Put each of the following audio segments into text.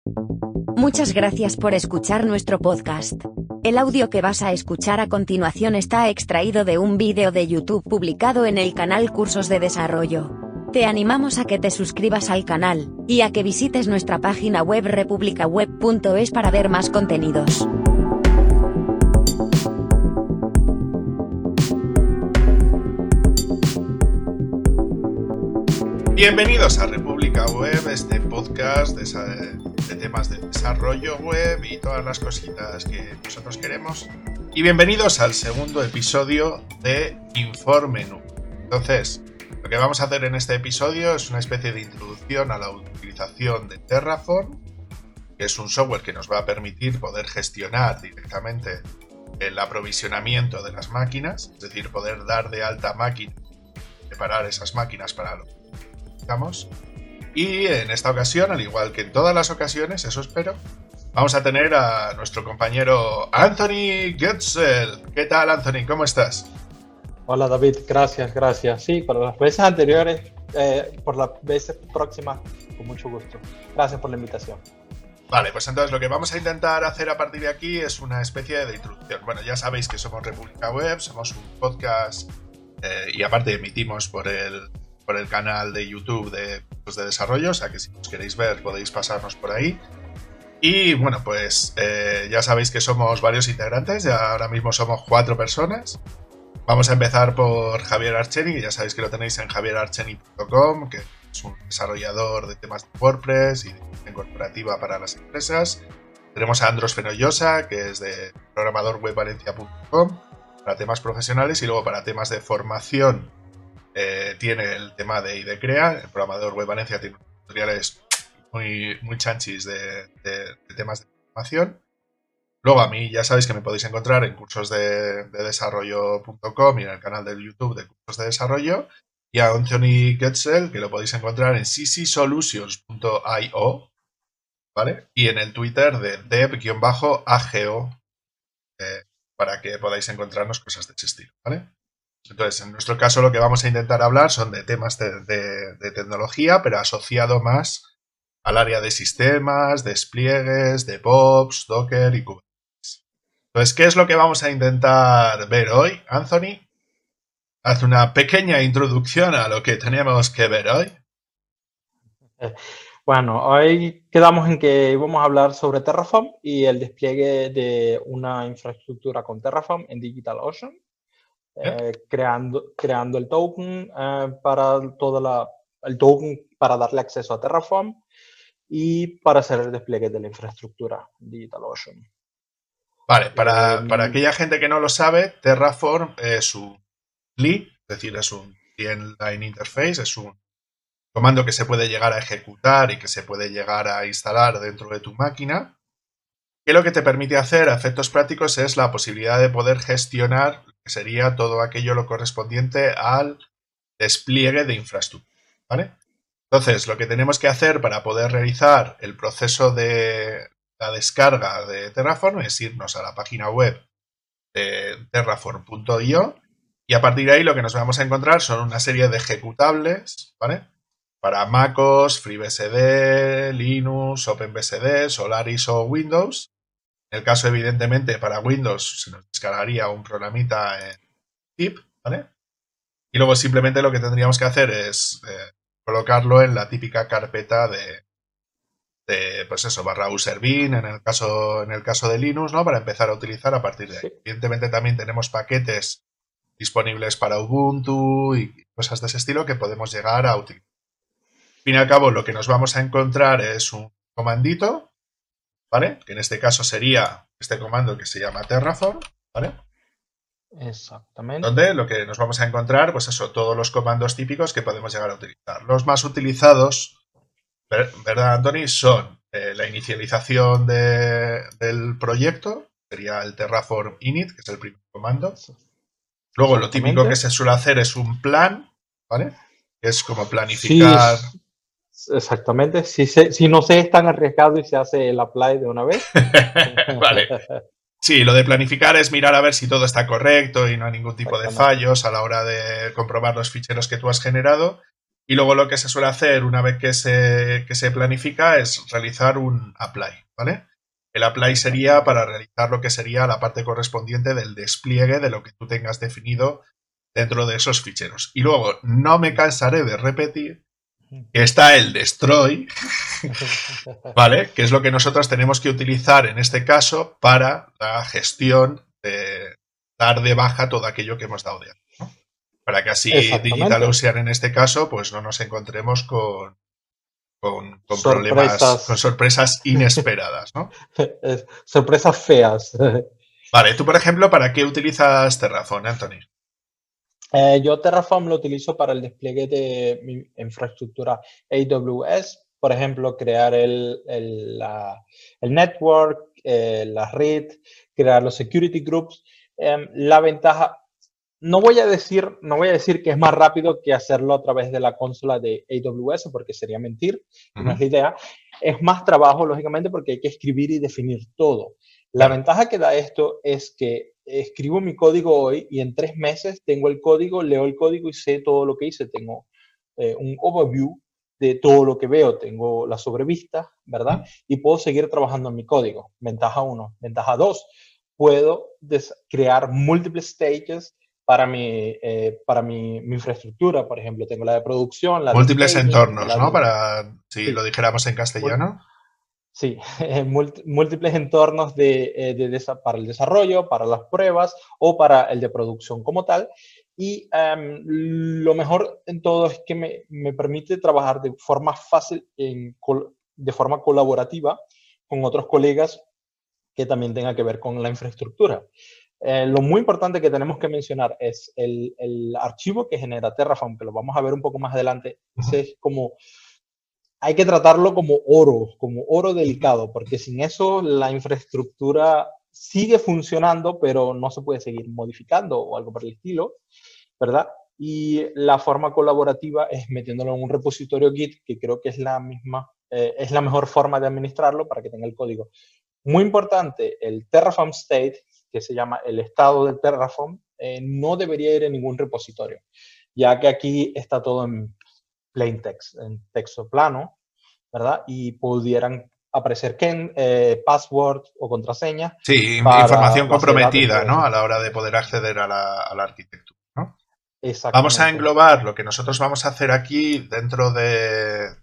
Muchas gracias por escuchar nuestro podcast. El audio que vas a escuchar a continuación está extraído de un vídeo de YouTube publicado en el canal Cursos de Desarrollo. Te animamos a que te suscribas al canal, y a que visites nuestra página web republicaweb.es para ver más contenidos. Bienvenidos a República Web, este podcast de temas de desarrollo web y todas las cositas que nosotros queremos. Y bienvenidos al segundo episodio de InforMenú. Entonces, lo que vamos a hacer en este episodio es una especie de introducción a la utilización de Terraform, que es un software que nos va a permitir poder gestionar directamente el aprovisionamiento de las máquinas, es decir, poder dar de alta máquinas, preparar esas máquinas para lo que necesitamos. Y en esta ocasión, al igual que en todas las ocasiones, eso espero, vamos a tener a nuestro compañero Anthony Goetzel. ¿Qué tal, Anthony? ¿Cómo estás? Hola, David. Gracias. Sí, para las veces anteriores, por las veces próximas, con mucho gusto. Gracias por la invitación. Vale, pues entonces lo que vamos a intentar hacer a partir de aquí es una especie de introducción. Bueno, ya sabéis que somos República Web, somos un podcast y aparte emitimos por el canal de YouTube de desarrollo, o sea que si os queréis ver podéis pasarnos por ahí. Y bueno, pues ya sabéis que somos varios integrantes, ya ahora mismo somos 4 personas. Vamos a empezar por Javier Archeni, que ya sabéis que lo tenéis en javierarcheni.com, que es un desarrollador de temas de WordPress y de gestión corporativa para las empresas. Tenemos a Andros Fenollosa, que es de programadorwebvalencia.com, para temas profesionales, y luego para temas de formación tiene el tema de IDECREA. El programador Web Valencia tiene tutoriales muy chanchis de temas de formación. Luego a mí ya sabéis que me podéis encontrar en cursos de desarrollo.com y en el canal de YouTube de cursos de desarrollo. Y a Anthony Goetzel, que lo podéis encontrar en ccSolutions.io, ¿vale? Y en el Twitter de dev-ago, para que podáis encontrarnos cosas de ese estilo, ¿vale? Entonces, en nuestro caso lo que vamos a intentar hablar son de temas de tecnología, pero asociado más al área de sistemas, despliegues, DevOps, Docker y Kubernetes. Entonces, ¿qué es lo que vamos a intentar ver hoy, Anthony? Haz una pequeña introducción a lo que tenemos que ver hoy. Bueno, hoy quedamos en que vamos a hablar sobre Terraform y el despliegue de una infraestructura con Terraform en DigitalOcean. Creando el token para el token para darle acceso a Terraform y para hacer el despliegue de la infraestructura DigitalOcean. Vale, para aquella gente que no lo sabe, Terraform es un CLI, es decir, es un Client Line Interface, es un comando que se puede llegar a ejecutar y que se puede llegar a instalar dentro de tu máquina, que lo que te permite hacer a efectos prácticos es la posibilidad de poder gestionar que sería todo aquello lo correspondiente al despliegue de infraestructura, ¿vale? Entonces, lo que tenemos que hacer para poder realizar el proceso de la descarga de Terraform es irnos a la página web de terraform.io y a partir de ahí lo que nos vamos a encontrar son una serie de ejecutables, ¿vale? Para MacOS, FreeBSD, Linux, OpenBSD, Solaris o Windows. En el caso, evidentemente, para Windows se nos descargaría un programita en zip, ¿vale? Y luego simplemente lo que tendríamos que hacer es colocarlo en la típica carpeta de pues eso, /userbin en el caso de Linux, ¿no? Para empezar a utilizar a partir de ahí. Sí. Evidentemente también tenemos paquetes disponibles para Ubuntu y cosas de ese estilo que podemos llegar a utilizar. Al fin y al cabo, lo que nos vamos a encontrar es un comandito, ¿vale? Que en este caso sería este comando que se llama Terraform, ¿vale? Exactamente. Donde lo que nos vamos a encontrar, pues eso, todos los comandos típicos que podemos llegar a utilizar. Los más utilizados, ¿verdad, Anthony? Son la inicialización del proyecto, sería el Terraform init, que es el primer comando. Luego lo típico que se suele hacer es un plan, ¿vale? Que es como planificar... Sí. Exactamente. Si no se es tan arriesgado y se hace el apply de una vez. Vale. Sí, lo de planificar es mirar a ver si todo está correcto y no hay ningún tipo de fallos a la hora de comprobar los ficheros que tú has generado. Y luego lo que se suele hacer una vez que se planifica es realizar un apply, ¿vale? El apply sería para realizar lo que sería la parte correspondiente del despliegue de lo que tú tengas definido dentro de esos ficheros. Y luego no me cansaré de repetir que está el destroy, ¿vale? Que es lo que nosotros tenemos que utilizar en este caso para la gestión de dar de baja todo aquello que hemos dado de alta, ¿no? Para que así DigitalOcean en este caso pues no nos encontremos con problemas, con sorpresas inesperadas, ¿no? Sorpresas feas. Vale, tú por ejemplo, ¿para qué utilizas Terraform, Anthony? Yo Terraform lo utilizo para el despliegue de mi infraestructura AWS, por ejemplo, crear el network, la red, crear los security groups. La ventaja, no voy a decir que es más rápido que hacerlo a través de la consola de AWS, porque sería mentir, no es la idea. Es más trabajo, lógicamente, porque hay que escribir y definir todo. La ventaja que da esto es que escribo mi código hoy y en 3 meses tengo el código, leo el código y sé todo lo que hice. Tengo un overview de todo lo que veo, tengo la sobrevista, ¿verdad? Y puedo seguir trabajando en mi código. Ventaja 1. Ventaja 2, puedo crear múltiples stages para mi infraestructura. Por ejemplo, tengo la de producción, la múltiples de entornos, ¿no? Para, si sí, lo dijéramos en castellano. Sí, múltiples entornos para el desarrollo, para las pruebas o para el de producción como tal. Y lo mejor en todo es que me permite trabajar de forma fácil, de forma colaborativa con otros colegas que también tenga que ver con la infraestructura. Lo muy importante que tenemos que mencionar es el archivo que genera Terraform, que lo vamos a ver un poco más adelante. Ese es como... Hay que tratarlo como oro delicado, porque sin eso la infraestructura sigue funcionando, pero no se puede seguir modificando o algo por el estilo, ¿verdad? Y la forma colaborativa es metiéndolo en un repositorio Git, que creo que es la mejor forma de administrarlo para que tenga el código. Muy importante, el Terraform State, que se llama el estado del Terraform, no debería ir en ningún repositorio, ya que aquí está todo en plain text, en texto plano, ¿verdad? Y pudieran aparecer password o contraseña. Sí, información comprometida, ¿no? A la hora de poder acceder a la arquitectura, ¿no? Vamos a englobar lo que nosotros vamos a hacer aquí dentro de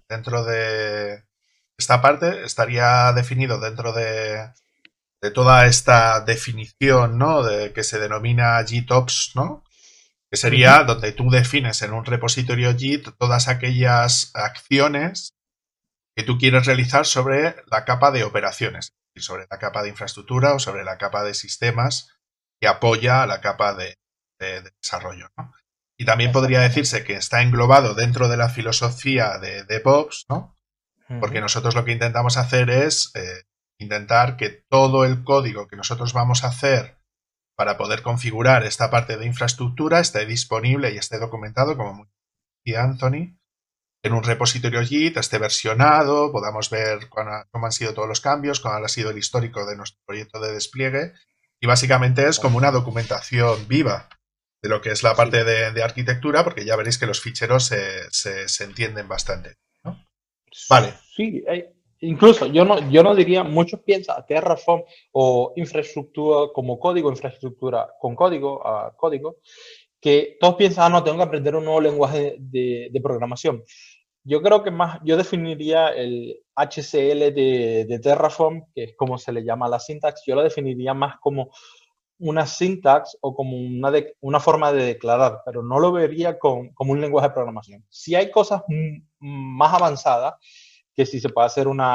esta parte. Estaría definido dentro de toda esta definición, ¿no? Que se denomina GitOps, ¿no? Que sería donde tú defines en un repositorio Git todas aquellas acciones que tú quieres realizar sobre la capa de operaciones, sobre la capa de infraestructura o sobre la capa de sistemas que apoya a la capa de desarrollo, ¿no? Y también podría decirse que está englobado dentro de la filosofía de DevOps, ¿no? Porque nosotros lo que intentamos hacer es intentar que todo el código que nosotros vamos a hacer para poder configurar esta parte de infraestructura esté disponible y esté documentado, como decía Anthony, en un repositorio Git, esté versionado, podamos ver cómo han sido todos los cambios, cuál ha sido el histórico de nuestro proyecto de despliegue, y básicamente es como una documentación viva de lo que es la parte de arquitectura, porque ya veréis que los ficheros se entienden bastante, ¿no? Vale. Sí, incluso yo no diría, muchos piensan Terraform o infraestructura como código, infraestructura con código, código, que todos piensan, no, tengo que aprender un nuevo lenguaje de programación. Yo creo que yo definiría el HCL de Terraform, que es como se le llama la sintax, yo la definiría más como una sintax o como una forma de declarar, pero no lo vería como un lenguaje de programación. Si hay cosas más avanzadas, que si se puede hacer un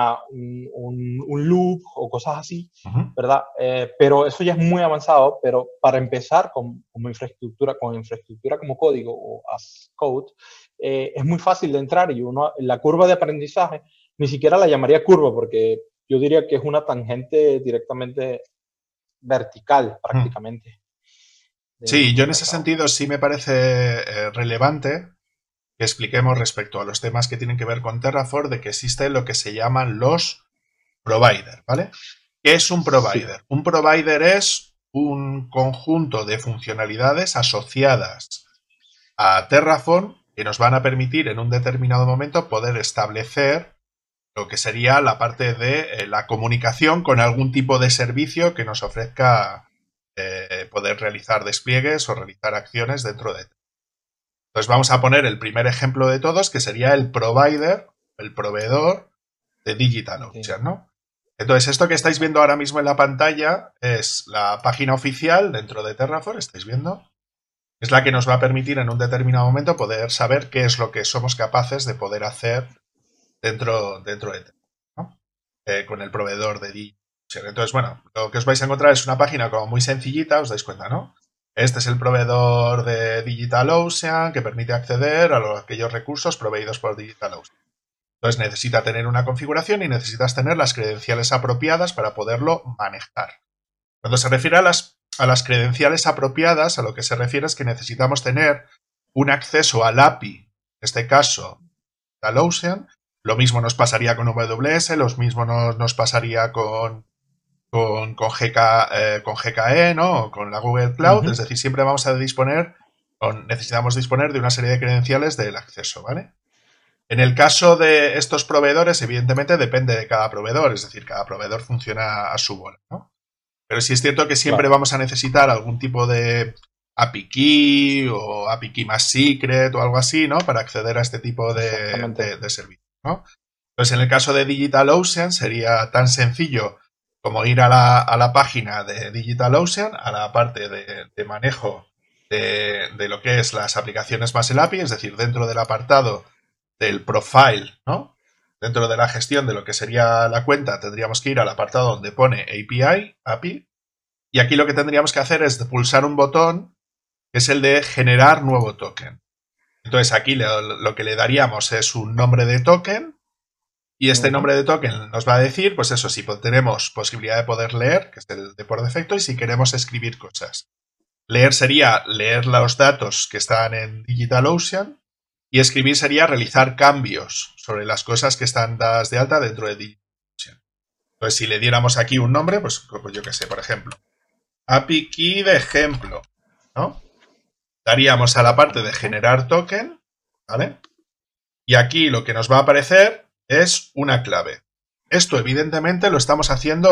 loop o cosas así, ¿verdad? Pero eso ya es muy avanzado, pero para empezar con infraestructura como código o as code, es muy fácil de entrar y la curva de aprendizaje ni siquiera la llamaría curva, porque yo diría que es una tangente directamente vertical prácticamente. Sí, yo en ese sentido sí me parece relevante que expliquemos respecto a los temas que tienen que ver con Terraform, de que existe lo que se llaman los providers, ¿vale? ¿Qué es un provider? Sí. Un provider es un conjunto de funcionalidades asociadas a Terraform que nos van a permitir en un determinado momento poder establecer lo que sería la parte de la comunicación con algún tipo de servicio que nos ofrezca poder realizar despliegues o realizar acciones dentro de. Entonces vamos a poner el primer ejemplo de todos, que sería el provider, el proveedor de DigitalOcean, ¿no? Entonces, esto que estáis viendo ahora mismo en la pantalla es la página oficial dentro de Terraform, ¿estáis viendo? Es la que nos va a permitir en un determinado momento poder saber qué es lo que somos capaces de poder hacer dentro de Terraform, ¿no? Con el proveedor de DigitalOcean. Entonces, bueno, lo que os vais a encontrar es una página como muy sencillita, os dais cuenta, ¿no? Este es el proveedor de DigitalOcean que permite acceder a aquellos recursos proveídos por DigitalOcean. Entonces necesita tener una configuración y necesitas tener las credenciales apropiadas para poderlo manejar. Cuando se refiere a las credenciales apropiadas, a lo que se refiere es que necesitamos tener un acceso al API, en este caso, DigitalOcean. Lo mismo nos pasaría con AWS, lo mismo nos pasaría con GKE, ¿no? O con la Google Cloud. Es decir, siempre vamos a necesitamos disponer de una serie de credenciales del acceso, ¿vale? En el caso de estos proveedores, evidentemente depende de cada proveedor, es decir, cada proveedor funciona a su bola, ¿no? Pero sí es cierto que siempre vamos a necesitar algún tipo de API Key o API Key más secret o algo así, ¿no? Para acceder a este tipo de servicios, ¿no? Entonces, en el caso de DigitalOcean sería tan sencillo como ir a la página de DigitalOcean, a la parte de manejo de lo que es las aplicaciones más el API, es decir, dentro del apartado del profile, ¿no? Dentro de la gestión de lo que sería la cuenta, tendríamos que ir al apartado donde pone API, y aquí lo que tendríamos que hacer es pulsar un botón, que es el de generar nuevo token. Entonces aquí lo que le daríamos es un nombre de token, y este nombre de token nos va a decir, pues eso, si tenemos posibilidad de poder leer, que es el de por defecto, y si queremos escribir cosas. Leer sería leer los datos que están en DigitalOcean, y escribir sería realizar cambios sobre las cosas que están dadas de alta dentro de DigitalOcean. Entonces, si le diéramos aquí un nombre, pues yo qué sé, por ejemplo, API Key de ejemplo, ¿no? Daríamos a la parte de generar token, ¿vale? Y aquí lo que nos va a aparecer es una clave. Esto, evidentemente, lo estamos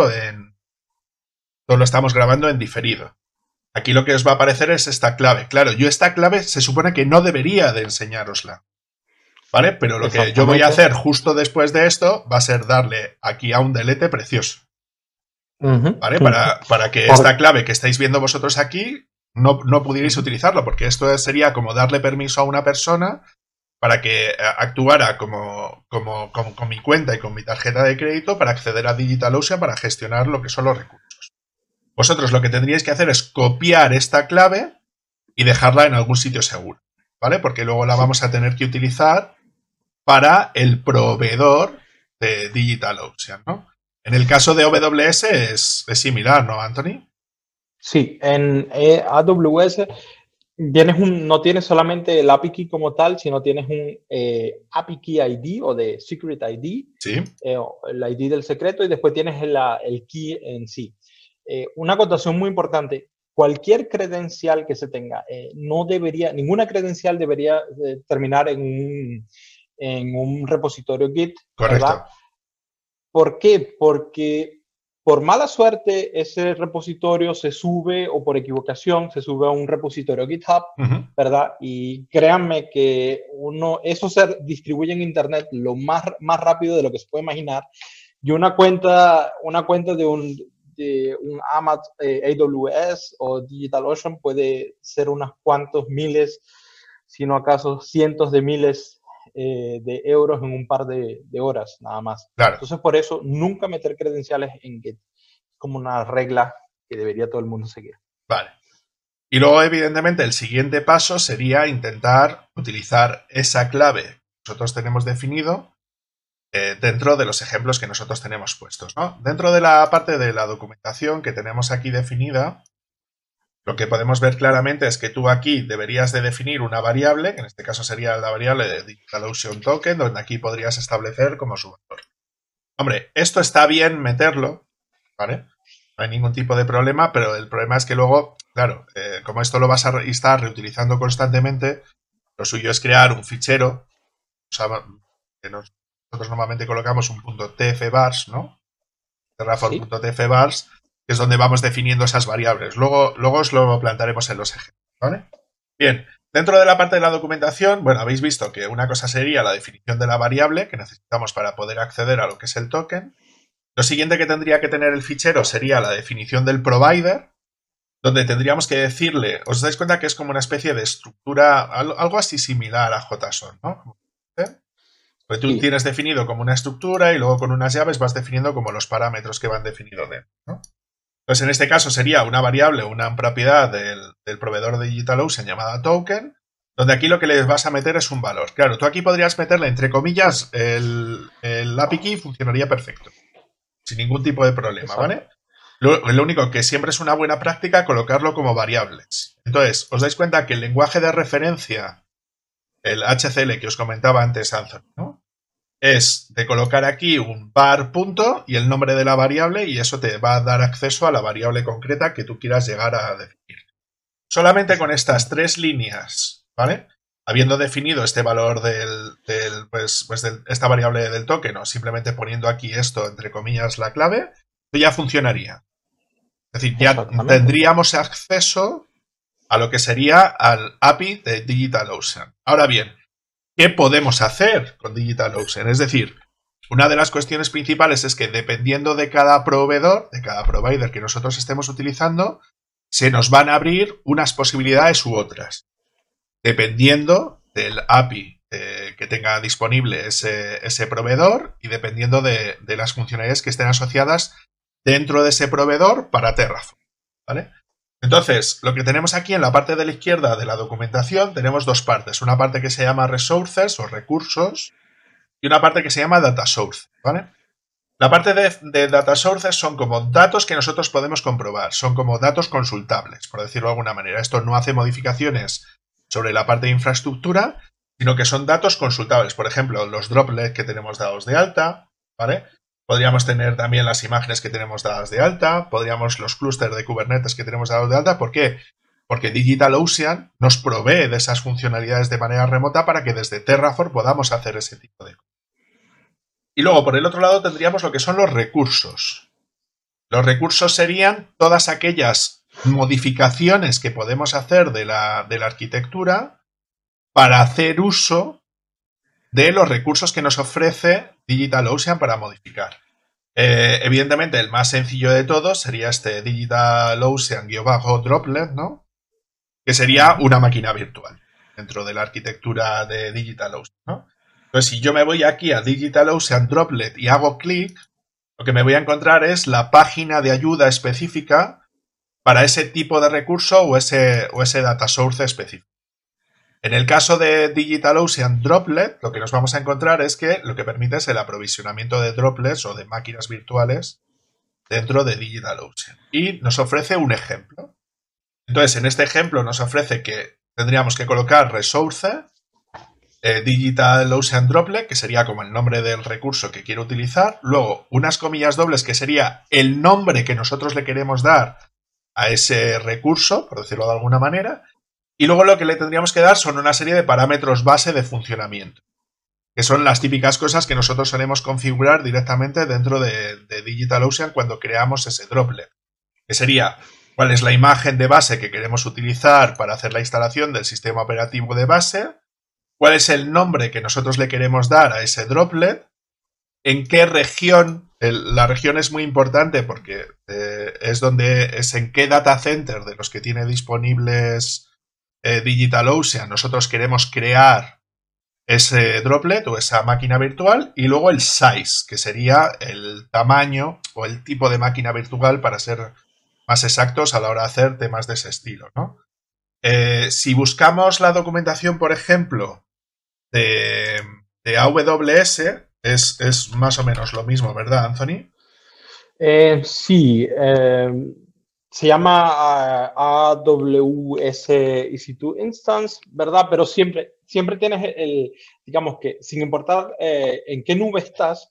grabando en diferido. Aquí lo que os va a aparecer es esta clave. Claro, yo esta clave se supone que no debería de enseñárosla, ¿vale? Pero lo que yo voy a hacer justo después de esto va a ser darle aquí a un delete precioso, ¿vale? Para que esta clave que estáis viendo vosotros aquí no pudierais utilizarlo, porque esto sería como darle permiso a una persona para que actuara con mi cuenta y con mi tarjeta de crédito para acceder a DigitalOcean para gestionar lo que son los recursos. Vosotros lo que tendríais que hacer es copiar esta clave y dejarla en algún sitio seguro, ¿vale? Porque luego la vamos a tener que utilizar para el proveedor de DigitalOcean, ¿no? En el caso de AWS es similar, ¿no, Anthony? Sí, en AWS no tienes solamente el API Key como tal, sino tienes un API Key ID o de Secret ID, sí. El ID del secreto, y después tienes el key en sí. Una acotación muy importante: cualquier credencial que se tenga, ninguna credencial debería terminar en un repositorio Git. Correcto. ¿Verdad? ¿Por qué? Porque por mala suerte ese repositorio se sube, o por equivocación se sube a un repositorio GitHub, ¿verdad? Y créanme que eso se distribuye en Internet lo más rápido de lo que se puede imaginar. Y una cuenta de un AWS o DigitalOcean puede ser unos cuantos miles, si no acaso cientos de miles de euros en un par de horas, nada más. Claro. Entonces, por eso, nunca meter credenciales en Git. Como una regla que debería todo el mundo seguir. Vale. Y luego, evidentemente, el siguiente paso sería intentar utilizar esa clave que nosotros tenemos definido dentro de los ejemplos que nosotros tenemos puestos, ¿no? Dentro de la parte de la documentación que tenemos aquí definida, lo que podemos ver claramente es que tú aquí deberías de definir una variable, que en este caso sería la variable de DigitalOcean Token, donde aquí podrías establecer como su valor. Hombre, esto está bien meterlo, ¿vale? No hay ningún tipo de problema, pero el problema es que luego, claro, como esto lo vas a estar reutilizando constantemente, Lo suyo es crear un fichero, o sea, que nosotros normalmente colocamos un .tfvars, ¿no? Terraform.tfvars, que es donde vamos definiendo esas variables. Luego os lo plantearemos en los ejemplos, ¿vale? Bien, dentro de la parte de la documentación, bueno, habéis visto que una cosa sería la definición de la variable que necesitamos para poder acceder a lo que es el token. Lo siguiente que tendría que tener el fichero sería la definición del provider, donde tendríamos que decirle, os dais cuenta que es como una especie de estructura, algo así similar a JSON, ¿no? Pues tú tienes definido como una estructura y luego con unas llaves vas definiendo como los parámetros que van definidos dentro, ¿no? Entonces, en este caso sería una variable, una propiedad del proveedor de DigitalOcean llamada token, donde aquí lo que le vas a meter es un valor. Claro, tú aquí podrías meterle, entre comillas, el API key funcionaría perfecto, sin ningún tipo de problema, ¿vale? Lo único que siempre es una buena práctica colocarlo como variables. Entonces, os dais cuenta que el lenguaje de referencia, el HCL que os comentaba antes, Anthony, ¿no? Es de colocar aquí un var punto y el nombre de la variable y eso te va a dar acceso a la variable concreta que tú quieras llegar a definir. Solamente con estas 3 líneas, ¿vale? Habiendo definido este valor de esta variable del token o simplemente poniendo aquí esto, entre comillas, la clave, ya funcionaría. Es decir, ya tendríamos acceso a lo que sería al API de DigitalOcean. Ahora bien, ¿qué podemos hacer con DigitalOcean? Es decir, una de las cuestiones principales es que dependiendo de cada proveedor, de cada provider que nosotros estemos utilizando, se nos van a abrir unas posibilidades u otras. Dependiendo del API que tenga disponible ese proveedor y dependiendo de las funcionalidades que estén asociadas dentro de ese proveedor para Terraform, ¿vale? Entonces, lo que tenemos aquí en la parte de la izquierda de la documentación, tenemos 2 partes. Una parte que se llama resources o recursos y una parte que se llama data source, ¿vale? La parte de data sources son como datos que nosotros podemos comprobar, son como datos consultables, por decirlo de alguna manera. Esto no hace modificaciones sobre la parte de infraestructura, sino que son datos consultables. Por ejemplo, los droplets que tenemos dados de alta, ¿vale? Podríamos tener también las imágenes que tenemos dadas de alta, podríamos los clústeres de Kubernetes que tenemos dados de alta. ¿Por qué? Porque DigitalOcean nos provee de esas funcionalidades de manera remota para que desde Terraform podamos hacer ese tipo de cosas. Y luego, por el otro lado, tendríamos lo que son los recursos. Los recursos serían todas aquellas modificaciones que podemos hacer de la arquitectura para hacer uso de los recursos que nos ofrece DigitalOcean para modificar. Evidentemente, el más sencillo de todos sería este DigitalOcean-Droplet, ¿no? Que sería una máquina virtual dentro de la arquitectura de DigitalOcean, ¿no? Entonces, si yo me voy aquí a DigitalOcean Droplet y hago clic, lo que me voy a encontrar es la página de ayuda específica para ese tipo de recurso o ese data source específico. En el caso de DigitalOcean Droplet, lo que nos vamos a encontrar es que lo que permite es el aprovisionamiento de droplets o de máquinas virtuales dentro de DigitalOcean. Y nos ofrece un ejemplo. Entonces, en este ejemplo nos ofrece que tendríamos que colocar resource, DigitalOcean Droplet, que sería como el nombre del recurso que quiero utilizar. Luego, unas comillas dobles, que sería el nombre que nosotros le queremos dar a ese recurso, por decirlo de alguna manera. Y luego lo que le tendríamos que dar son una serie de parámetros base de funcionamiento, que son las típicas cosas que nosotros solemos configurar directamente dentro de DigitalOcean cuando creamos ese droplet, que sería cuál es la imagen de base que queremos utilizar para hacer la instalación del sistema operativo de base, cuál es el nombre que nosotros le queremos dar a ese droplet, en qué región. La región es muy importante porque es en qué data center de los que tiene disponibles DigitalOcean nosotros queremos crear ese droplet o esa máquina virtual, y luego el size, que sería el tamaño o el tipo de máquina virtual para ser más exactos a la hora de hacer temas de ese estilo, ¿no? Si buscamos la documentación, por ejemplo, de AWS, es más o menos lo mismo, ¿verdad, Anthony? Sí. Se llama AWS EC2 Instance, ¿verdad? Pero siempre tienes digamos que sin importar en qué nube estás,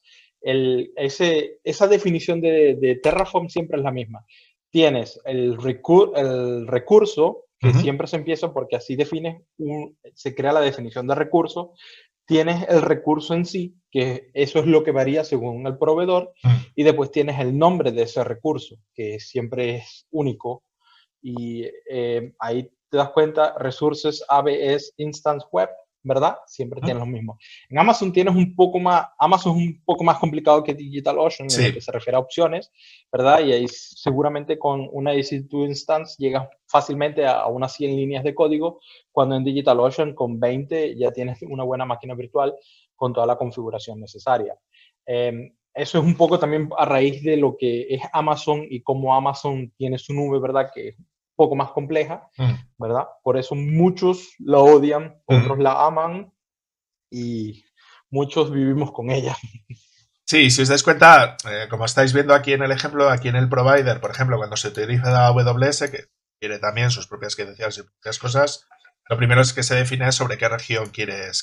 esa definición de Terraform siempre es la misma. Tienes el recurso que siempre se empieza porque así se crea la definición de recurso. Tienes el recurso en sí, que eso es lo que varía según el proveedor, y después tienes el nombre de ese recurso, que siempre es único. Y ahí te das cuenta, Resources AWS Instance Web, ¿verdad? Siempre tienes lo mismo. En Amazon Amazon es un poco más complicado que DigitalOcean en lo que se refiere a opciones, ¿verdad? Y ahí seguramente con una EC2 Instance llegas fácilmente a unas 100 líneas de código, cuando en DigitalOcean con 20 ya tienes una buena máquina virtual con toda la configuración necesaria. Eso es un poco también a raíz de lo que es Amazon y cómo Amazon tiene su nube, ¿verdad? Que es poco más compleja, ¿verdad? Por eso muchos la odian, otros la aman y muchos vivimos con ella. Sí, si os dais cuenta, como estáis viendo aquí en el ejemplo, aquí en el provider, por ejemplo, cuando se utiliza la AWS, que quiere también sus propias credenciales y propias cosas, lo primero es que se define sobre qué región quieres.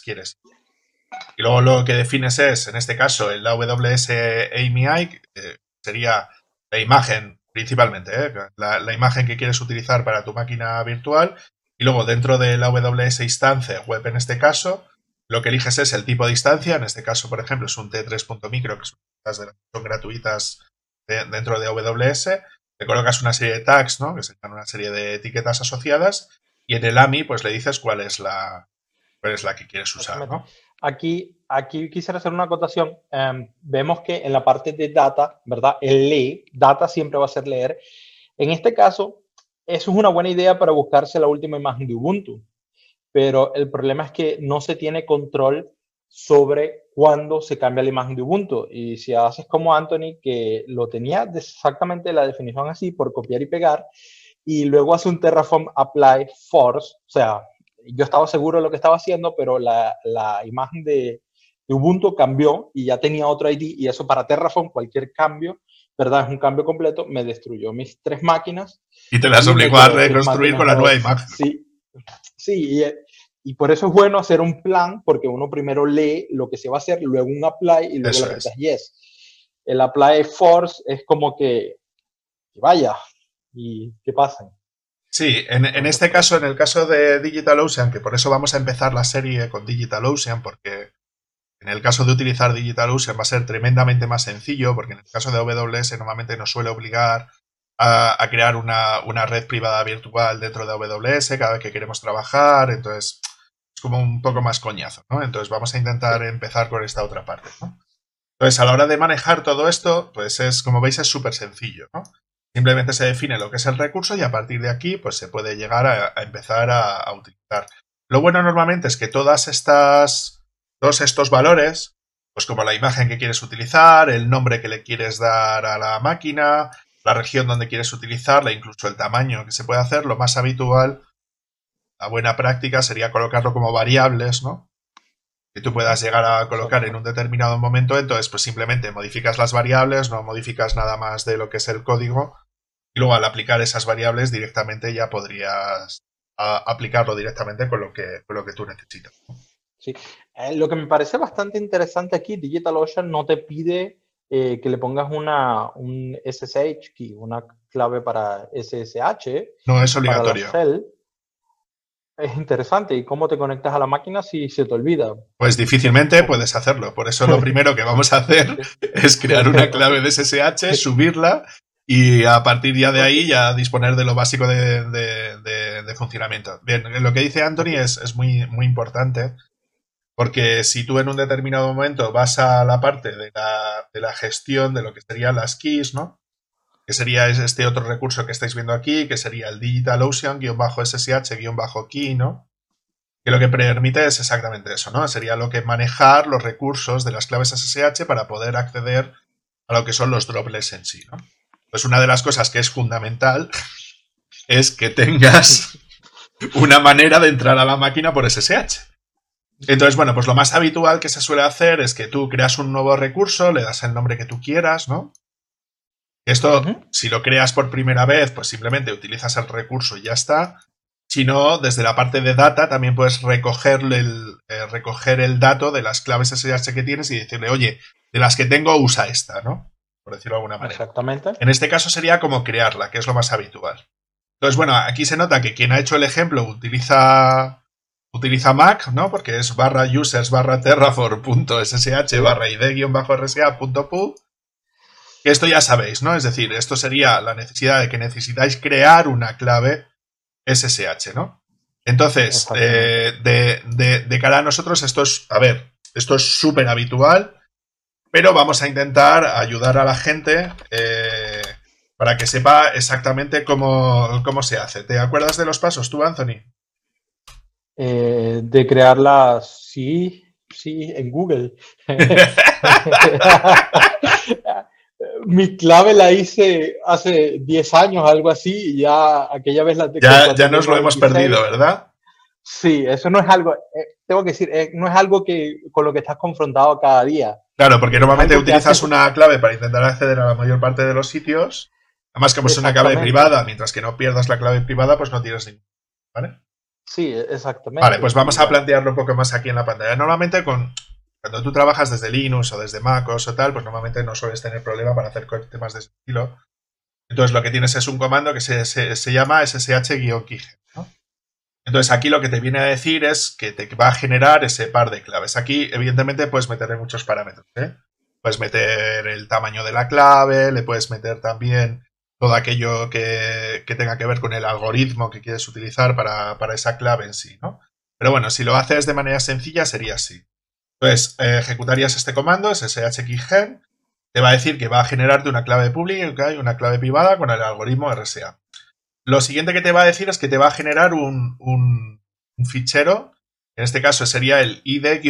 Y luego lo que defines es, en este caso, el AWS AMI, que sería la imagen principalmente, la imagen que quieres utilizar para tu máquina virtual, y luego dentro de la AWS instancia web en este caso, lo que eliges es el tipo de instancia, en este caso, por ejemplo, es un T3.micro, que son gratuitas dentro de AWS, le colocas una serie de tags, ¿no? Que serían una serie de etiquetas asociadas, y en el AMI pues le dices cuál es la que quieres usar, ¿no? Aquí quisiera hacer una acotación. Vemos que en la parte de data, ¿verdad? El lee, data siempre va a ser leer. En este caso, eso es una buena idea para buscarse la última imagen de Ubuntu. Pero el problema es que no se tiene control sobre cuándo se cambia la imagen de Ubuntu. Y si haces como Anthony, que lo tenía exactamente la definición así, por copiar y pegar, y luego hace un Terraform apply force, o sea, yo estaba seguro de lo que estaba haciendo, pero la imagen de Ubuntu cambió y ya tenía otro ID, y eso para Terraform, cualquier cambio, ¿verdad? Es un cambio completo, me destruyó mis 3 máquinas. Y te las obligó a reconstruir con la nueva imagen. Sí, y por eso es bueno hacer un plan, porque uno primero lee lo que se va a hacer, luego un apply y luego le apretas yes. El apply force es como que vaya, y que pasen. Sí, en este caso, en el caso de DigitalOcean, que por eso vamos a empezar la serie con DigitalOcean, porque en el caso de utilizar DigitalOcean va a ser tremendamente más sencillo, porque en el caso de AWS normalmente nos suele obligar a crear una red privada virtual dentro de AWS cada vez que queremos trabajar, entonces es como un poco más coñazo, ¿no? Entonces vamos a intentar empezar con esta otra parte, ¿no? Entonces a la hora de manejar todo esto, pues como veis es súper sencillo, ¿no? Simplemente se define lo que es el recurso y a partir de aquí pues se puede llegar a empezar a utilizar. Lo bueno normalmente es que todos estos valores, pues como la imagen que quieres utilizar, el nombre que le quieres dar a la máquina, la región donde quieres utilizarla, incluso el tamaño que se puede hacer, lo más habitual, la buena práctica sería colocarlo como variables, ¿no? Que tú puedas llegar a colocar en un determinado momento, entonces pues simplemente modificas las variables, no modificas nada más de lo que es el código, y luego al aplicar esas variables directamente ya podrías aplicarlo directamente con lo que tú necesitas. Sí, lo que me parece bastante interesante aquí, DigitalOcean no te pide que le pongas un SSH key, una clave para SSH. No es obligatorio. Para la shell. Es interesante. ¿Y cómo te conectas a la máquina si se te olvida? Pues difícilmente puedes hacerlo. Por eso lo primero que vamos a hacer es crear una clave de SSH, subirla y a partir ya de ahí ya disponer de lo básico de funcionamiento. Bien, lo que dice Anthony es muy, muy importante porque si tú en un determinado momento vas a la parte de la gestión de lo que serían las keys, ¿no? Que sería este otro recurso que estáis viendo aquí, que sería el DigitalOcean-SSH-key, ¿no? Que lo que permite es exactamente eso, ¿no? Sería lo que manejar los recursos de las claves SSH para poder acceder a lo que son los droplets en sí, ¿no? Pues una de las cosas que es fundamental es que tengas una manera de entrar a la máquina por SSH. Entonces, bueno, pues lo más habitual que se suele hacer es que tú creas un nuevo recurso, le das el nombre que tú quieras, ¿no? Esto, si lo creas por primera vez, pues simplemente utilizas el recurso y ya está. Si no, desde la parte de data también puedes recoger el dato de las claves SSH que tienes y decirle, oye, de las que tengo usa esta, ¿no? Por decirlo de alguna manera. Exactamente. En este caso sería como crearla, que es lo más habitual. Entonces, bueno, aquí se nota que quien ha hecho el ejemplo utiliza Mac, ¿no? Porque es /users/terraform.ssh/id-rsa.pu. Que esto ya sabéis, ¿no? Es decir, esto sería la necesidad de que necesitáis crear una clave SSH, ¿no? Entonces, de cara a nosotros, esto es, a ver, esto es súper habitual, pero vamos a intentar ayudar a la gente para que sepa exactamente cómo se hace. ¿Te acuerdas de los pasos tú, Anthony? De crearla, sí, en Google. Mi clave la hice hace 10 años, algo así, y ya aquella vez la ya nos lo hemos perdido, ¿verdad? Sí, eso no es algo, tengo que decir, no es algo con lo que estás confrontado cada día. Claro, porque normalmente utilizas una clave para intentar acceder a la mayor parte de los sitios. Además, como es una clave privada, mientras que no pierdas la clave privada, pues no tienes ningún. ¿Vale? Sí, exactamente. Vale, pues vamos a plantearlo un poco más aquí en la pantalla. Normalmente cuando tú trabajas desde Linux o desde MacOS o tal, pues normalmente no sueles tener problema para hacer temas de ese estilo. Entonces lo que tienes es un comando que se llama ssh-keygen, ¿no? Entonces aquí lo que te viene a decir es que te va a generar ese par de claves. Aquí evidentemente puedes meterle muchos parámetros, ¿eh? Puedes meter el tamaño de la clave, le puedes meter también todo aquello que tenga que ver con el algoritmo que quieres utilizar para esa clave en sí, ¿no? Pero bueno, si lo haces de manera sencilla sería así. Entonces, ejecutarías este comando, ssh-keygen, te va a decir que va a generarte una clave pública y una clave privada con el algoritmo RSA. Lo siguiente que te va a decir es que te va a generar un fichero, en este caso sería el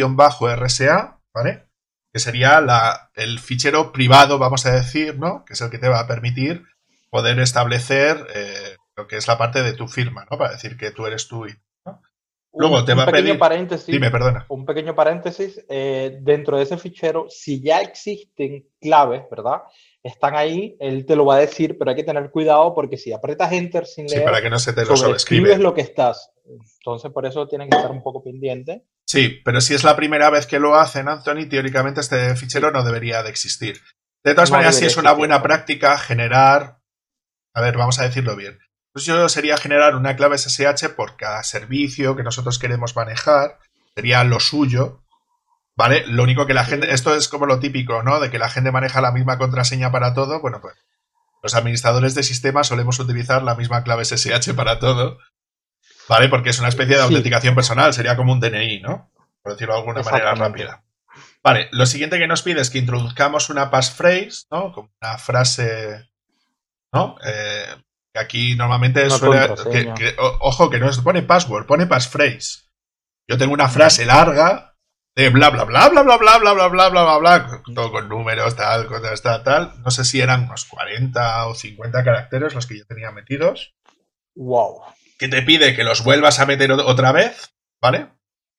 id-rsa, ¿vale? Que sería el fichero privado, vamos a decir, ¿no? Que es el que te va a permitir poder establecer lo que es la parte de tu firma, ¿no? Para decir que tú eres tú, ¿no? Luego te va a pedir... Dime, perdona. Un pequeño paréntesis. Dentro de ese fichero, si ya existen claves, ¿verdad? Están ahí, él te lo va a decir, pero hay que tener cuidado porque si aprietas Enter sin leer, para que no se te lo sobreescribes lo que estás. Entonces, por eso tienen que estar un poco pendiente. Sí, pero si es la primera vez que lo hacen, Anthony, teóricamente este fichero no debería de existir. De todas maneras, sí es una buena práctica generar... A ver, vamos a decirlo bien. Pues yo sería generar una clave SSH por cada servicio que nosotros queremos manejar. Sería lo suyo, ¿vale? Lo único que la gente... Esto es como lo típico, ¿no? De que la gente maneja la misma contraseña para todo. Bueno, pues los administradores de sistemas solemos utilizar la misma clave SSH para todo, ¿vale? Porque es una especie de autenticación personal. Sería como un DNI, ¿no? Por decirlo de alguna manera rápida. Vale, lo siguiente que nos pide es que introduzcamos una passphrase, ¿no? Como una frase... ¿no? Que aquí normalmente suele... ojo, que no se pone password, pone passphrase. Yo tengo una frase larga de bla bla bla bla bla bla bla bla bla bla bla bla, todo con números, tal. No sé si eran unos 40 o 50 caracteres los que yo tenía metidos. Wow. Que te pide que los vuelvas a meter otra vez, ¿vale?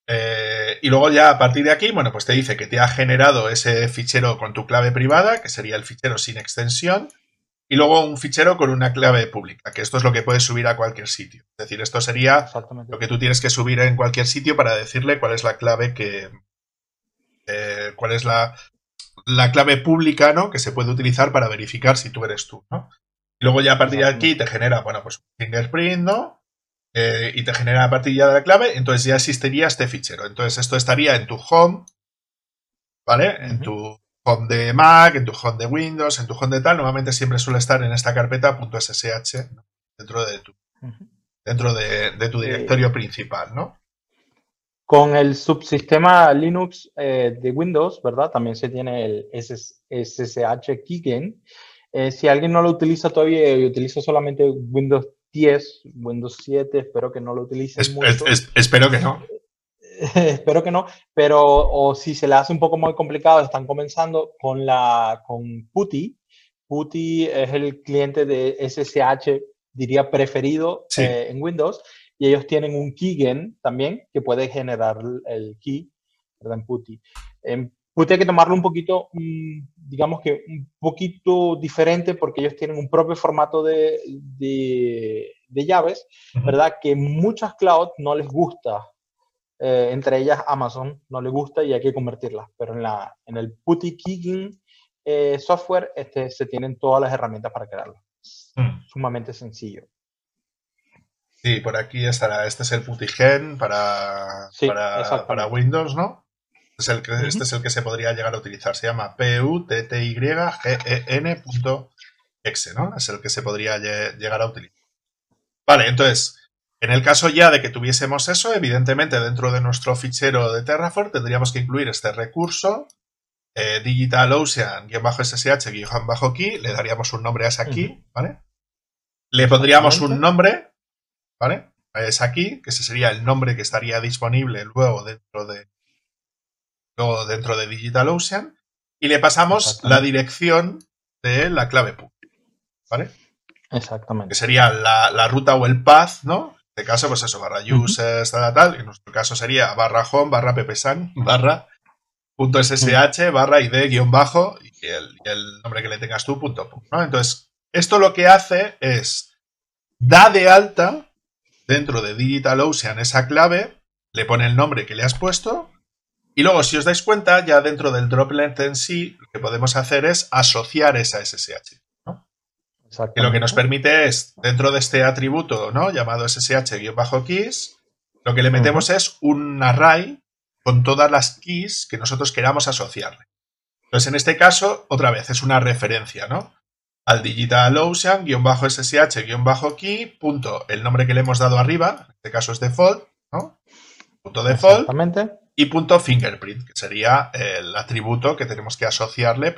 Y luego ya a partir de aquí, bueno, pues te dice que te ha generado ese fichero con tu clave privada, que sería el fichero sin extensión. Y luego un fichero con una clave pública, que esto es lo que puedes subir a cualquier sitio. Es decir, esto sería lo que tú tienes que subir en cualquier sitio para decirle cuál es la clave cuál es la clave pública, ¿no? Que se puede utilizar para verificar si tú eres tú, ¿no? Y luego ya a partir de aquí te genera, bueno, pues un fingerprint, ¿no? Y te genera a partir ya de la clave, entonces ya existiría este fichero. Entonces esto estaría en tu home, ¿vale? En tu home de Mac, en tu home de Windows, en tu home de tal, normalmente siempre suele estar en esta carpeta .ssh, ¿no? dentro de tu directorio principal, ¿no? Con el subsistema Linux de Windows, ¿verdad? También se tiene el SSH Keygen. Si alguien no lo utiliza todavía y utiliza solamente Windows 10, Windows 7, espero que no lo utilicen mucho. Espero que no. Espero que no, pero o si se le hace un poco muy complicado, están comenzando con PuTTY. PuTTY es el cliente de SSH, diría, preferido en Windows, y ellos tienen un keygen también que puede generar el key, ¿verdad? En PuTTY. En PuTTY hay que tomarlo un poquito, digamos que un poquito diferente porque ellos tienen un propio formato de llaves, ¿verdad? Que muchas clouds no les gusta. Entre ellas Amazon no le gusta y hay que convertirlas, pero en el PuTTY Keygen software se tienen todas las herramientas para crearlo. Sumamente sencillo. Sí, por aquí estará. Este es el PuTTY Sí, para exactamente. Windows, ¿no? Este Ujú. es el que se podría llegar a utilizar. Se llama PUTTYGEN.exe, ¿no? Es el que se podría llegar a utilizar. Vale, entonces, en el caso ya de que tuviésemos eso, evidentemente dentro de nuestro fichero de Terraform tendríamos que incluir este recurso, DigitalOcean-SSH-key, le daríamos un nombre a esa Ujú. key, ¿vale? Le pondríamos un Exactamente. nombre, ¿vale? A esa key, que ese sería el nombre que estaría disponible luego dentro de DigitalOcean, y le pasamos la Exactamente. dirección de la clave PUC, ¿vale? Que Exactamente. sería la ruta o el path, ¿no? En este caso, pues eso, barra Ujú. users, tal. En nuestro caso sería barra home, barra ppsan, barra punto Ujú. .ssh, barra id, guión bajo, y el nombre que le tengas tú, punto pum, ¿no? Entonces, esto lo que hace es, da de alta dentro de DigitalOcean esa clave, le pone el nombre que le has puesto, y luego, si os dais cuenta, ya dentro del droplet en sí, lo que podemos hacer es asociar esa SSH, ¿no? Y lo que nos Exactamente. permite es, dentro de este atributo, ¿no? Llamado SSH-keys, lo que le metemos Ujú. es un array con todas las keys que nosotros queramos asociarle. Entonces, en este caso, otra vez, es una referencia, ¿no? Al DigitalOcean-SSH-key, punto, el nombre que le hemos dado arriba, en este caso es default, ¿no? Punto default, Exactamente. y punto fingerprint, que sería el atributo que tenemos que asociarle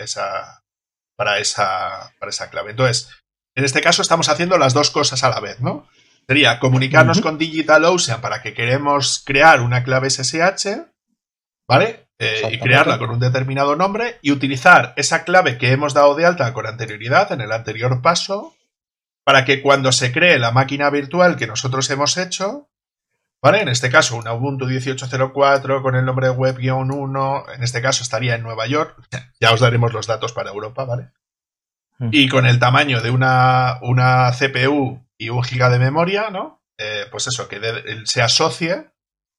para esa clave. Entonces, en este caso estamos haciendo las dos cosas a la vez, ¿no? Sería comunicarnos Ujú. con DigitalOcean para que queremos crear una clave SSH, ¿vale? Y crearla Exactamente. con un determinado nombre y utilizar esa clave que hemos dado de alta con anterioridad en el anterior paso para que cuando se cree la máquina virtual que nosotros hemos hecho, ¿vale? En este caso, una Ubuntu 18.04 con el nombre de web-1, en este caso estaría en Nueva York, ya os daremos los datos para Europa, ¿vale? Ujú. Y con el tamaño de una CPU y 1 GB de memoria, ¿no? Pues eso, que se asocie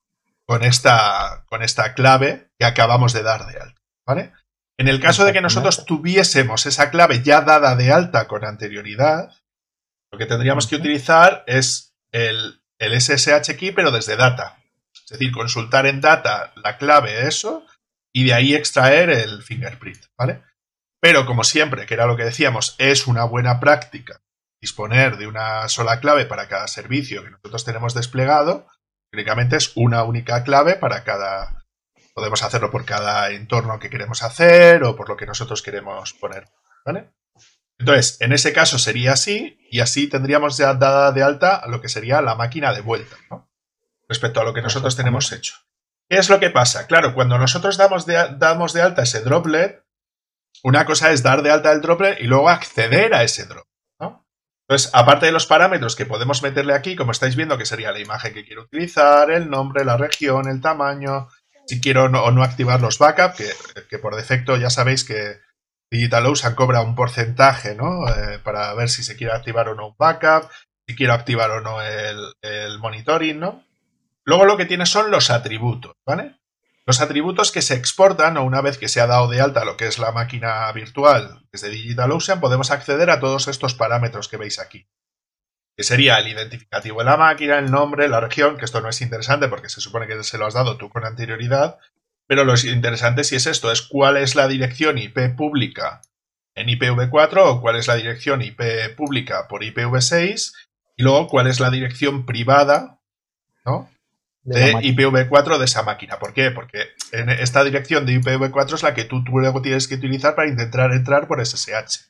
con esta clave que acabamos de dar de alta, ¿vale? En el caso de que nosotros Exactamente. tuviésemos esa clave ya dada de alta con anterioridad, lo que tendríamos que Ujú. utilizar es el SSH key, pero desde data. Es decir, consultar en data la clave, eso, y de ahí extraer el fingerprint, ¿vale? Pero como siempre, que era lo que decíamos, es una buena práctica disponer de una sola clave para cada servicio que nosotros tenemos desplegado. Únicamente es una única clave para cada. Podemos hacerlo por cada entorno que queremos hacer o por lo que nosotros queremos poner, ¿vale? Entonces, en ese caso sería así, y así tendríamos ya dada de alta lo que sería la máquina de vuelta, ¿no? Respecto a lo que nosotros tenemos Exactamente. hecho. ¿Qué es lo que pasa? Claro, cuando nosotros damos de alta ese droplet, una cosa es dar de alta el droplet y luego acceder a ese droplet, ¿no? Entonces, aparte de los parámetros que podemos meterle aquí, como estáis viendo, que sería la imagen que quiero utilizar, el nombre, la región, el tamaño, si quiero o no activar los backups, que por defecto ya sabéis que DigitalOcean cobra un porcentaje, ¿no? Para ver si se quiere activar o no un backup, si quiero activar o no el monitoring, ¿no? Luego lo que tiene son los atributos, ¿vale? Los atributos que se exportan, o una vez que se ha dado de alta lo que es la máquina virtual desde DigitalOcean, podemos acceder a todos estos parámetros que veis aquí. Que sería el identificativo de la máquina, el nombre, la región, que esto no es interesante porque se supone que se lo has dado tú con anterioridad, pero lo interesante si es esto, es cuál es la dirección IP pública en IPv4 o cuál es la dirección IP pública por IPv6 y luego cuál es la dirección privada, ¿no? De la De máquina. IPv4 de esa máquina. ¿Por qué? Porque en esta dirección de IPv4 es la que tú luego tienes que utilizar para intentar entrar por SSH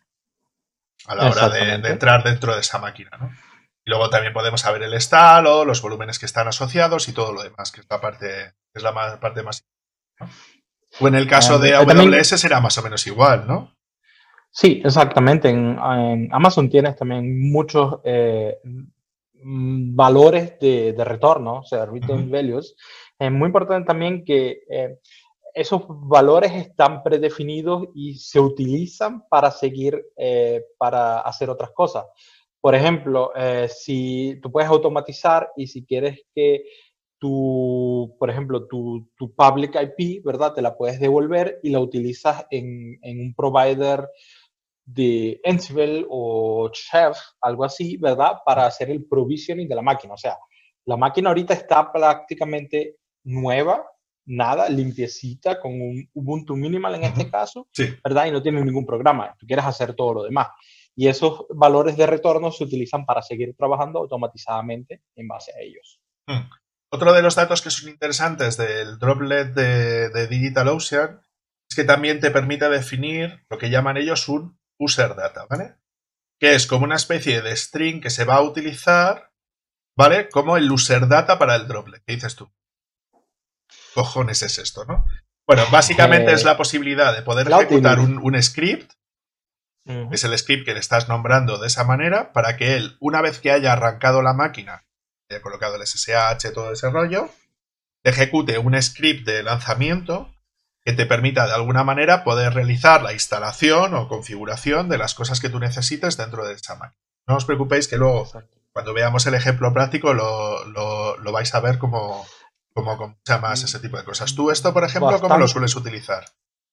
a la hora de Exactamente. entrar dentro de esa máquina, ¿no? Y luego también podemos saber el estado, los volúmenes que están asociados y todo lo demás, que es la parte, parte más, ¿no? O en el caso de También, AWS será más o menos igual, ¿no? sí, exactamente. En Amazon tienes también muchos valores de retorno, o sea, Uh -huh. return values. Es muy importante también que esos valores están predefinidos y se utilizan para seguir, para hacer otras cosas. Por ejemplo, si tú puedes automatizar y si quieres que por ejemplo, tu public IP, ¿verdad? Te la puedes devolver y la utilizas en un provider de Ansible o Chef, algo así, ¿verdad? Para hacer el provisioning de la máquina. O sea, la máquina ahorita está prácticamente nueva, nada, limpiecita, con un Ubuntu Minimal en este caso, sí, ¿verdad? Y no tiene ningún programa. Tú quieres hacer todo lo demás. Y esos valores de retorno se utilizan para seguir trabajando automatizadamente en base a ellos. Otro de los datos que son interesantes del Droplet de DigitalOcean es que también te permite definir lo que llaman ellos un user data, ¿vale? Que es como una especie de string que se va a utilizar, ¿vale? Como el user data para el Droplet. ¿Qué dices tú? Cojones es esto, ¿no? Bueno, básicamente es la posibilidad de poder ejecutar un script, es el script que le estás nombrando de esa manera, para que él, una vez que haya arrancado la máquina, haya colocado el SSH, todo ese rollo, ejecute un script de lanzamiento que te permita de alguna manera poder realizar la instalación o configuración de las cosas que tú necesites dentro de esa máquina. No os preocupéis que luego, cuando veamos el ejemplo práctico, lo vais a ver como mucha más ese tipo de cosas. ¿Tú esto, por ejemplo, cómo lo sueles utilizar?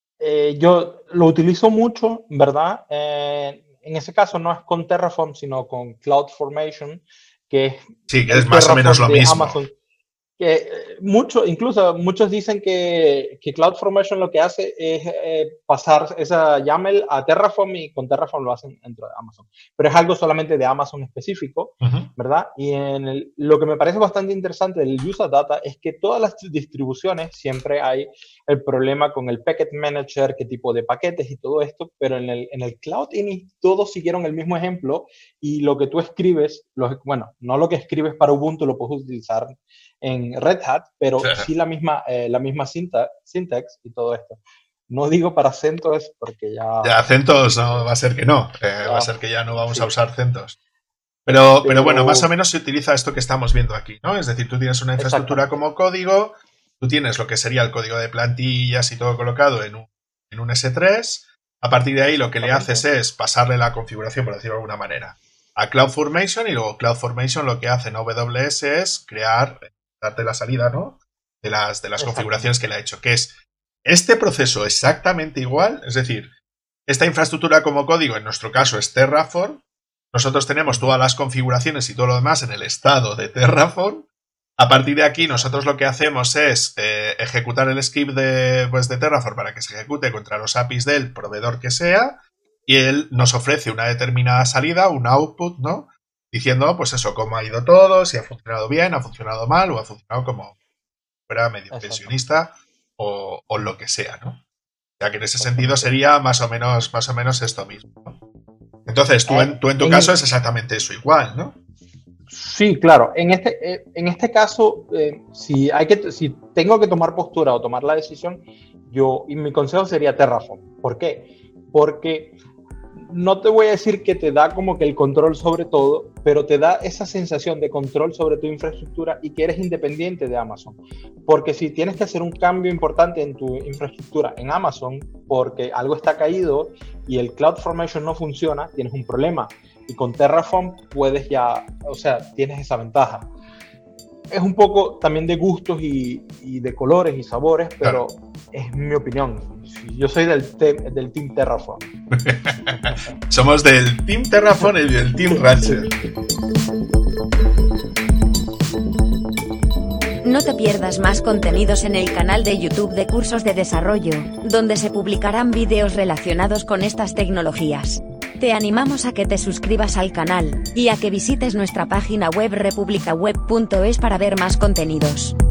Yo lo utilizo mucho, ¿verdad? En ese caso no es con Terraform, sino con CloudFormation, que es más o menos lo mismo. Amazon. Incluso muchos dicen que CloudFormation lo que hace es pasar esa YAML a Terraform, y con Terraform lo hacen dentro de Amazon. Pero es algo solamente de Amazon específico, ¿verdad? Y lo que me parece bastante interesante del user data es que todas las distribuciones siempre hay el problema con el packet manager, qué tipo de paquetes y todo esto, pero en el Cloud Init todos siguieron el mismo ejemplo, y lo que tú escribes, no lo que escribes para Ubuntu lo puedes utilizar en Red Hat, pero sí la misma syntax y todo esto. No digo para CentOS porque ya CentOS no, va a ser que no. Va a ser que ya no vamos a usar CentOS. Pero bueno, más o menos se utiliza esto que estamos viendo aquí, ¿no? Es decir, tú tienes una infraestructura como código, tú tienes lo que sería el código de plantillas y todo colocado en un S3. A partir de ahí lo que le haces es pasarle la configuración, por decirlo de alguna manera, a CloudFormation, y luego CloudFormation lo que hace en AWS es darte la salida, ¿no? De las configuraciones que le ha hecho, que es este proceso exactamente igual. Es decir, esta infraestructura como código, en nuestro caso es Terraform. Nosotros tenemos todas las configuraciones y todo lo demás en el estado de Terraform. A partir de aquí, nosotros lo que hacemos es ejecutar el script de Terraform para que se ejecute contra los APIs del proveedor que sea, y él nos ofrece una determinada salida, un output, ¿no? Diciendo, pues eso, cómo ha ido todo, si ha funcionado bien, ha funcionado mal, o ha funcionado como fuera medio pensionista o lo que sea, ¿no? O sea, que en ese sentido sería más o menos esto mismo, ¿no? Entonces, tú en tu caso es exactamente eso igual, ¿no? Sí, claro. En este caso, si tengo que tomar postura o tomar la decisión, mi consejo sería Terraform. ¿Por qué? Porque no te voy a decir que te da como que el control sobre todo, pero te da esa sensación de control sobre tu infraestructura y que eres independiente de Amazon. Porque si tienes que hacer un cambio importante en tu infraestructura en Amazon porque algo está caído y el CloudFormation no funciona, tienes un problema. Y con Terraform tienes esa ventaja. Es un poco también de gustos y de colores y sabores, pero es mi opinión. Yo soy del Team Terraform. Somos del Team Terraform y del Team Rancher. No te pierdas más contenidos en el canal de YouTube de Cursos de Desarrollo, donde se publicarán vídeos relacionados con estas tecnologías. Te animamos a que te suscribas al canal, y a que visites nuestra página web republicaweb.es para ver más contenidos.